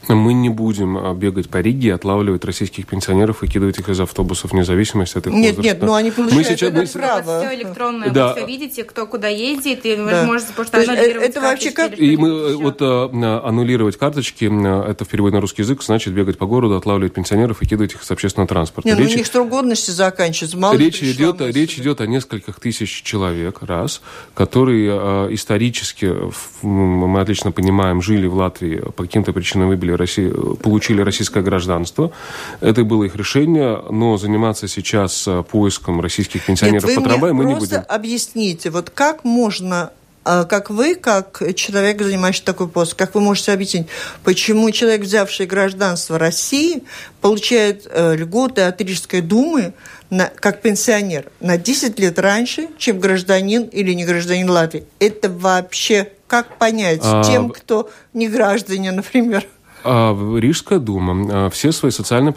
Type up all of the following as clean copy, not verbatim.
Мы не будем бегать по Риге, отлавливать российских пенсионеров и кидывать их из автобусов вне зависимости от их возраста. Нет, но они получают это право. Все электронное, вы все видите, кто куда ездит, и вы можете просто аннулировать это вообще как... И мы аннулировать карточки, это в переводе на русский язык, значит бегать по городу, отлавливать пенсионеров и кидывать их с общественного транспорта. Нет, у них срок годности заканчивается. Речь идет о нескольких тысяч человек, которые исторически, мы отлично понимаем, жили в Латвии, по каким-то причинам получили российское гражданство. Это было их решение, но заниматься сейчас поиском российских пенсионеров по трамваю мы не будем. Просто объясните, вот как можно... Как вы, как человек, занимающий такой пост, как вы можете объяснить, почему человек, взявший гражданство России, получает льготы от Рижской думы как пенсионер на 10 лет раньше, чем гражданин или не гражданин Латвии? Это вообще как понять тем, кто не граждане, например? Рижская дума все свои социальные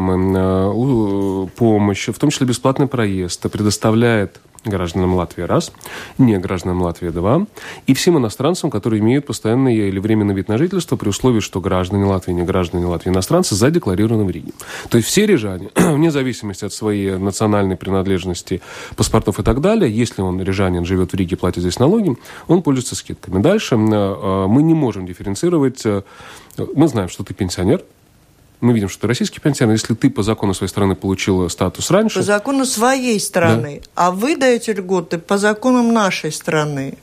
программы, помощь, в том числе бесплатный проезд, предоставляет гражданам Латвии раз, не гражданам Латвии два, и всем иностранцам, которые имеют постоянный или временный вид на жительство, при условии, что граждане Латвии, не граждане Латвии, иностранцы, задекларированы в Риге. То есть все рижане, вне зависимости от своей национальной принадлежности, паспортов и так далее, если он, рижанин, живет в Риге, платит здесь налоги, он пользуется скидками. Дальше мы не можем дифференцировать. Мы знаем, что ты пенсионер. Мы видим, что ты российский пенсионер. Если ты по закону своей страны получил статус раньше... По закону своей страны. Да. А вы даете льготы по законам нашей страны.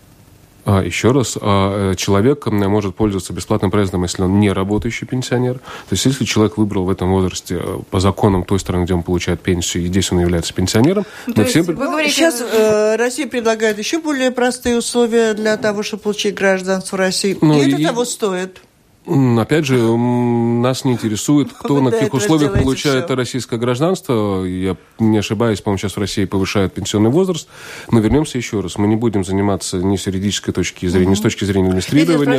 Еще раз, человек может пользоваться бесплатным проездом, если он не работающий пенсионер. То есть, если человек выбрал в этом возрасте по законам той страны, где он получает пенсию, и здесь он является пенсионером... Сейчас Россия предлагает еще более простые условия для того, чтобы получить гражданство России. И это того стоит. Опять же, нас не интересует, кто на каких условиях получает российское гражданство. Я не ошибаюсь, по-моему, сейчас в России повышают пенсионный возраст. Но вернемся еще раз. Мы не будем заниматься ни с юридической точки зрения, ни с точки зрения администрирования.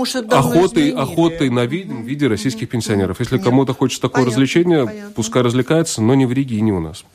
Охотой на виде российских пенсионеров. Если кому-то хочется такое развлечение, пускай развлекается, но не в Риге и не у нас.